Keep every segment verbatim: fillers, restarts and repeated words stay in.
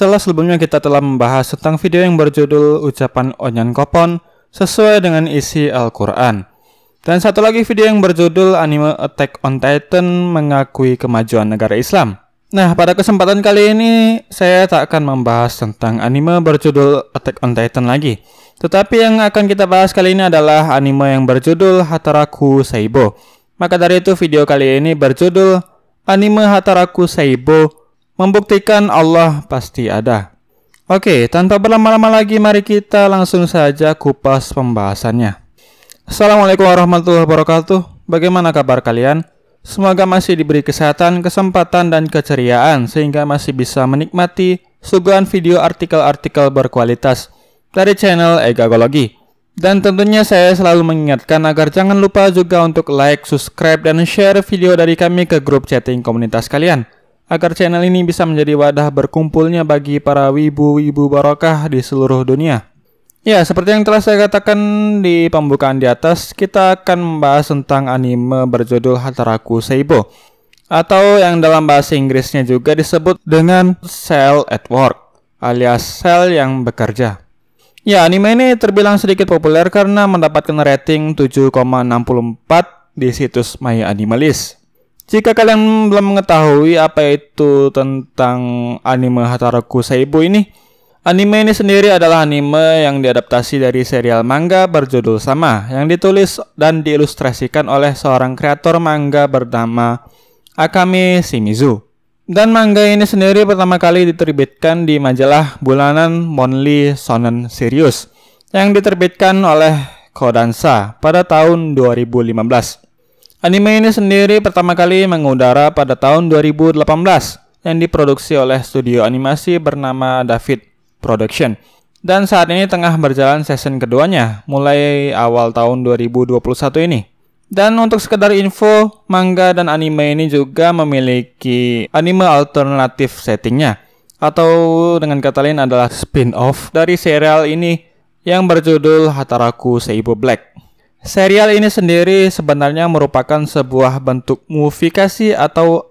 Setelah sebelumnya kita telah membahas tentang video yang berjudul Ucapan Onyan Kopon sesuai dengan isi Al-Quran. Dan satu lagi video yang berjudul Anime Attack on Titan mengakui kemajuan negara Islam. Nah, pada kesempatan kali ini saya tak akan membahas tentang anime berjudul Attack on Titan lagi. Tetapi yang akan kita bahas kali ini adalah anime yang berjudul Hataraku Saibo. Maka dari itu video kali ini berjudul Anime Hataraku Saibo membuktikan Allah pasti ada. Oke, tanpa berlama-lama lagi mari kita langsung saja kupas pembahasannya. Assalamualaikum warahmatullahi wabarakatuh. Bagaimana kabar kalian? Semoga masih diberi kesehatan, kesempatan, dan keceriaan sehingga masih bisa menikmati suguhan video artikel-artikel berkualitas dari channel Egagology. Dan tentunya saya selalu mengingatkan agar jangan lupa juga untuk like, subscribe, dan share video dari kami ke grup chatting komunitas kalian, agar channel ini bisa menjadi wadah berkumpulnya bagi para wibu-wibu barokah di seluruh dunia. Ya, seperti yang telah saya katakan di pembukaan di atas, kita akan membahas tentang anime berjudul Hataraku Saibo, atau yang dalam bahasa Inggrisnya juga disebut dengan Cell at Work, alias sel yang bekerja. Ya, anime ini terbilang sedikit populer karena mendapatkan rating tujuh koma enam empat di situs My Animalist. Jika kalian belum mengetahui apa itu tentang anime Hataraku Saibo ini, anime ini sendiri adalah anime yang diadaptasi dari serial manga berjudul sama yang ditulis dan diilustrasikan oleh seorang kreator manga bernama Akame Shimizu. Dan manga ini sendiri pertama kali diterbitkan di majalah bulanan Monthly Shonen Serious yang diterbitkan oleh Kodansha pada tahun dua ribu lima belas. Anime ini sendiri pertama kali mengudara pada tahun dua ribu delapan belas yang diproduksi oleh studio animasi bernama David Production. Dan saat ini tengah berjalan season keduanya mulai awal tahun dua ribu dua puluh satu ini. Dan untuk sekedar info, manga dan anime ini juga memiliki anime alternatif settingnya, atau dengan kata lain adalah spin-off dari serial ini yang berjudul Hataraku Saibo Black. Serial ini sendiri sebenarnya merupakan sebuah bentuk mumifikasi atau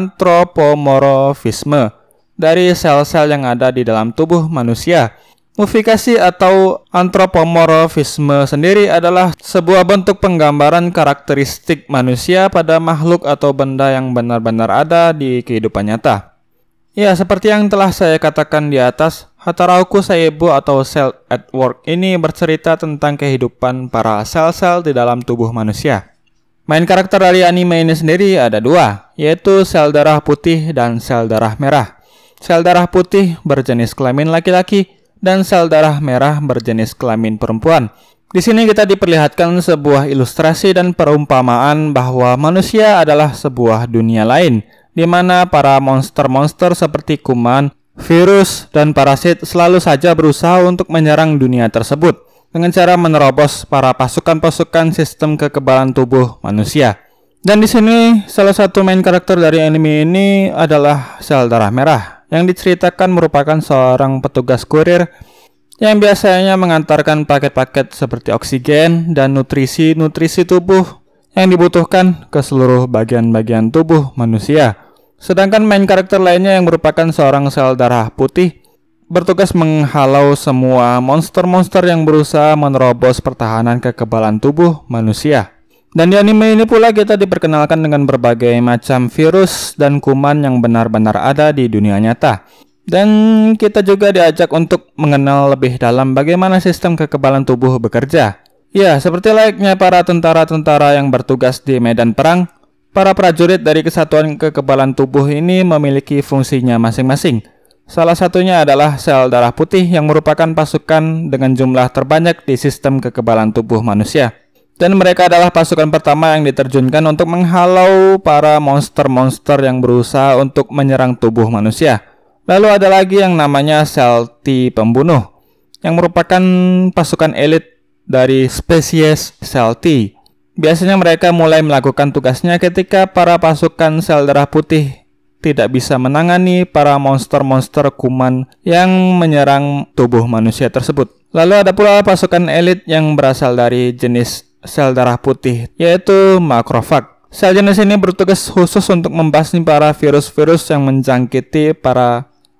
antropomorfisme dari sel-sel yang ada di dalam tubuh manusia. Mumifikasi atau antropomorfisme sendiri adalah sebuah bentuk penggambaran karakteristik manusia pada makhluk atau benda yang benar-benar ada di kehidupan nyata. Ya, seperti yang telah saya katakan di atas, Hataraku Saibo atau Cell at Work ini bercerita tentang kehidupan para sel-sel di dalam tubuh manusia. Main karakter dari anime ini sendiri ada dua, yaitu sel darah putih dan sel darah merah. Sel darah putih berjenis kelamin laki-laki dan sel darah merah berjenis kelamin perempuan. Di sini kita diperlihatkan sebuah ilustrasi dan perumpamaan bahwa manusia adalah sebuah dunia lain, di mana para monster-monster seperti kuman, virus, dan parasit selalu saja berusaha untuk menyerang dunia tersebut dengan cara menerobos para pasukan-pasukan sistem kekebalan tubuh manusia. Dan di sini salah satu main karakter dari anime ini adalah sel darah merah, yang diceritakan merupakan seorang petugas kurir yang biasanya mengantarkan paket-paket seperti oksigen dan nutrisi-nutrisi tubuh yang dibutuhkan ke seluruh bagian-bagian tubuh manusia. Sedangkan main karakter lainnya yang merupakan seorang sel darah putih bertugas menghalau semua monster-monster yang berusaha menerobos pertahanan kekebalan tubuh manusia. Dan di anime ini pula kita diperkenalkan dengan berbagai macam virus dan kuman yang benar-benar ada di dunia nyata. Dan kita juga diajak untuk mengenal lebih dalam bagaimana sistem kekebalan tubuh bekerja. Ya, seperti layaknya para tentara-tentara yang bertugas di medan perang, para prajurit dari kesatuan kekebalan tubuh ini memiliki fungsinya masing-masing. Salah satunya adalah sel darah putih yang merupakan pasukan dengan jumlah terbanyak di sistem kekebalan tubuh manusia. Dan mereka adalah pasukan pertama yang diterjunkan untuk menghalau para monster-monster yang berusaha untuk menyerang tubuh manusia. Lalu ada lagi yang namanya sel T pembunuh, yang merupakan pasukan elit dari spesies sel T. Biasanya mereka mulai melakukan tugasnya ketika para pasukan sel darah putih tidak bisa menangani para monster-monster kuman yang menyerang tubuh manusia tersebut. Lalu ada pula pasukan elit yang berasal dari jenis sel darah putih, yaitu makrofag. Sel jenis ini bertugas khusus untuk membasmi para virus-virus yang menjangkiti para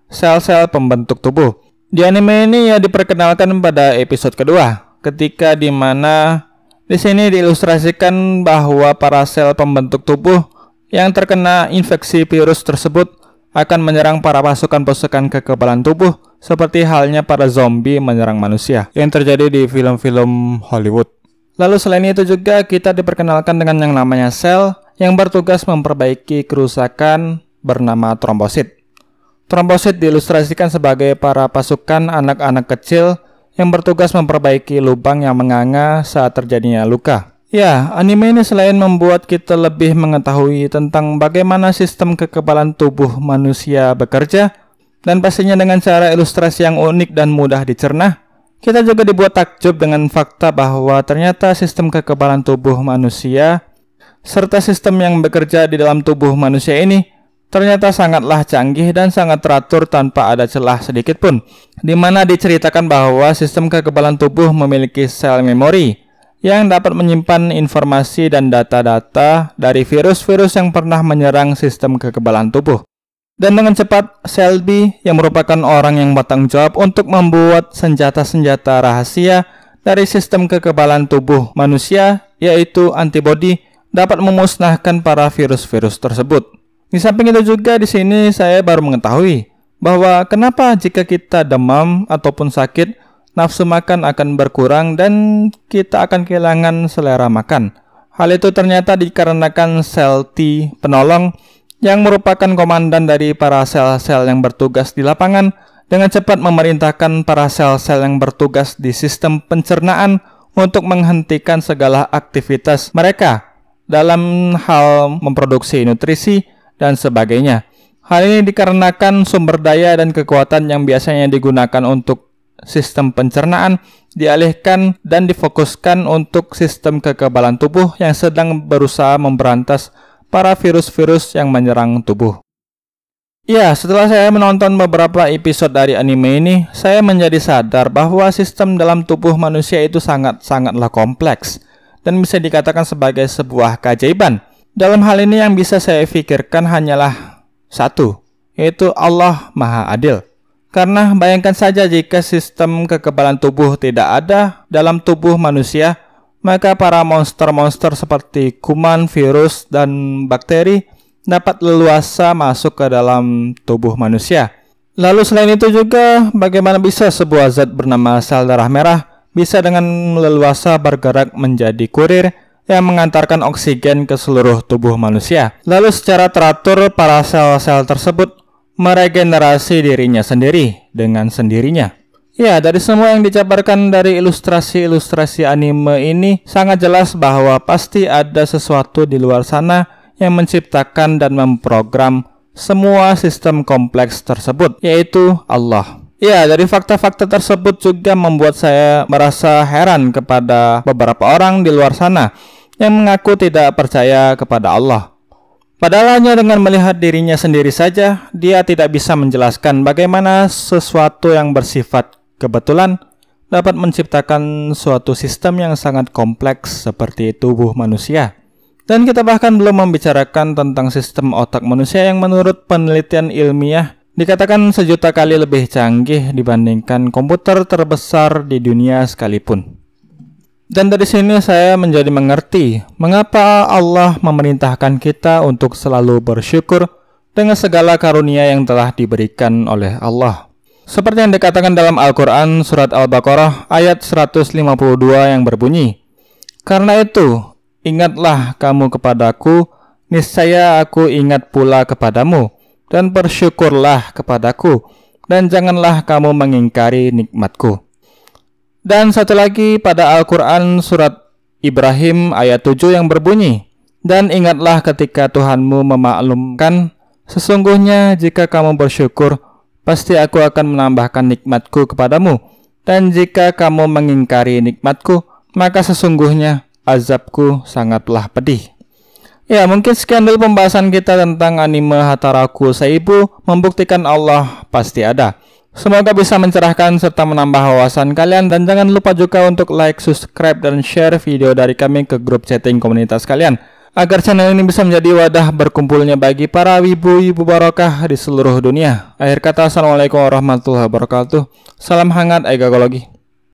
sel-sel pembentuk tubuh. Di anime ini ya diperkenalkan pada episode kedua, ketika dimana di sini diilustrasikan bahwa para sel pembentuk tubuh yang terkena infeksi virus tersebut akan menyerang para pasukan-pasukan kekebalan tubuh, seperti halnya para zombie menyerang manusia yang terjadi di film-film Hollywood. Lalu selain itu juga kita diperkenalkan dengan yang namanya sel yang bertugas memperbaiki kerusakan bernama trombosit. Trombosit diilustrasikan sebagai para pasukan anak-anak kecil yang bertugas memperbaiki lubang yang menganga saat terjadinya luka. Ya, anime ini selain membuat kita lebih mengetahui tentang bagaimana sistem kekebalan tubuh manusia bekerja, dan pastinya dengan cara ilustrasi yang unik dan mudah dicerna, kita juga dibuat takjub dengan fakta bahwa ternyata sistem kekebalan tubuh manusia serta sistem yang bekerja di dalam tubuh manusia ini ternyata sangatlah canggih dan sangat teratur tanpa ada celah sedikit pun, di mana diceritakan bahwa sistem kekebalan tubuh memiliki sel memori yang dapat menyimpan informasi dan data-data dari virus-virus yang pernah menyerang sistem kekebalan tubuh. Dan dengan cepat, Selby yang merupakan orang yang bertanggung jawab untuk membuat senjata-senjata rahasia dari sistem kekebalan tubuh manusia, yaitu antibodi, dapat memusnahkan para virus-virus tersebut. Di samping itu juga di sini saya baru mengetahui bahwa kenapa jika kita demam ataupun sakit, nafsu makan akan berkurang dan kita akan kehilangan selera makan. Hal itu ternyata dikarenakan sel T penolong yang merupakan komandan dari para sel-sel yang bertugas di lapangan dengan cepat memerintahkan para sel-sel yang bertugas di sistem pencernaan untuk menghentikan segala aktivitas mereka dalam hal memproduksi nutrisi dan sebagainya. Hal ini dikarenakan sumber daya dan kekuatan yang biasanya digunakan untuk sistem pencernaan dialihkan dan difokuskan untuk sistem kekebalan tubuh yang sedang berusaha memberantas para virus-virus yang menyerang tubuh. Ya, setelah saya menonton beberapa episode dari anime ini, saya menjadi sadar bahwa sistem dalam tubuh manusia itu sangat-sangatlah kompleks dan bisa dikatakan sebagai sebuah keajaiban. Dalam hal ini yang bisa saya pikirkan hanyalah satu, yaitu Allah Maha Adil. Karena bayangkan saja jika sistem kekebalan tubuh tidak ada dalam tubuh manusia, maka para monster-monster seperti kuman, virus, dan bakteri dapat leluasa masuk ke dalam tubuh manusia. Lalu selain itu juga, bagaimana bisa sebuah zat bernama sel darah merah bisa dengan leluasa bergerak menjadi kurir yang mengantarkan oksigen ke seluruh tubuh manusia. Lalu secara teratur para sel-sel tersebut meregenerasi dirinya sendiri dengan sendirinya. Ya, dari semua yang dijabarkan dari ilustrasi-ilustrasi anime ini sangat jelas bahwa pasti ada sesuatu di luar sana yang menciptakan dan memprogram semua sistem kompleks tersebut, yaitu Allah. Ya, dari fakta-fakta tersebut juga membuat saya merasa heran kepada beberapa orang di luar sana yang mengaku tidak percaya kepada Allah. Padahal hanya dengan melihat dirinya sendiri saja, dia tidak bisa menjelaskan bagaimana sesuatu yang bersifat kebetulan dapat menciptakan suatu sistem yang sangat kompleks seperti tubuh manusia. Dan kita bahkan belum membicarakan tentang sistem otak manusia yang menurut penelitian ilmiah dikatakan sejuta kali lebih canggih dibandingkan komputer terbesar di dunia sekalipun. Dan dari sini saya menjadi mengerti mengapa Allah memerintahkan kita untuk selalu bersyukur dengan segala karunia yang telah diberikan oleh Allah. Seperti yang dikatakan dalam Al-Quran surat Al-Baqarah ayat seratus lima puluh dua yang berbunyi, "Karena itu, ingatlah kamu kepadaku, niscaya aku ingat pula kepadamu, dan bersyukurlah kepadaku, dan janganlah kamu mengingkari nikmatku." Dan satu lagi pada Al-Quran surat Ibrahim ayat tujuh yang berbunyi, "Dan ingatlah ketika Tuhanmu memaklumkan, sesungguhnya jika kamu bersyukur, pasti aku akan menambahkan nikmatku kepadamu, dan jika kamu mengingkari nikmatku, maka sesungguhnya azabku sangatlah pedih." Ya, mungkin sekian dulu pembahasan kita tentang anime Hataraku Saibu membuktikan Allah pasti ada. Semoga bisa mencerahkan serta menambah wawasan kalian, dan jangan lupa juga untuk like, subscribe, dan share video dari kami ke grup chatting komunitas kalian. agar channel ini bisa menjadi wadah berkumpulnya bagi para wibu-wibu barokah di seluruh dunia. Akhir kata, assalamualaikum warahmatullahi wabarakatuh. Salam hangat egagologi.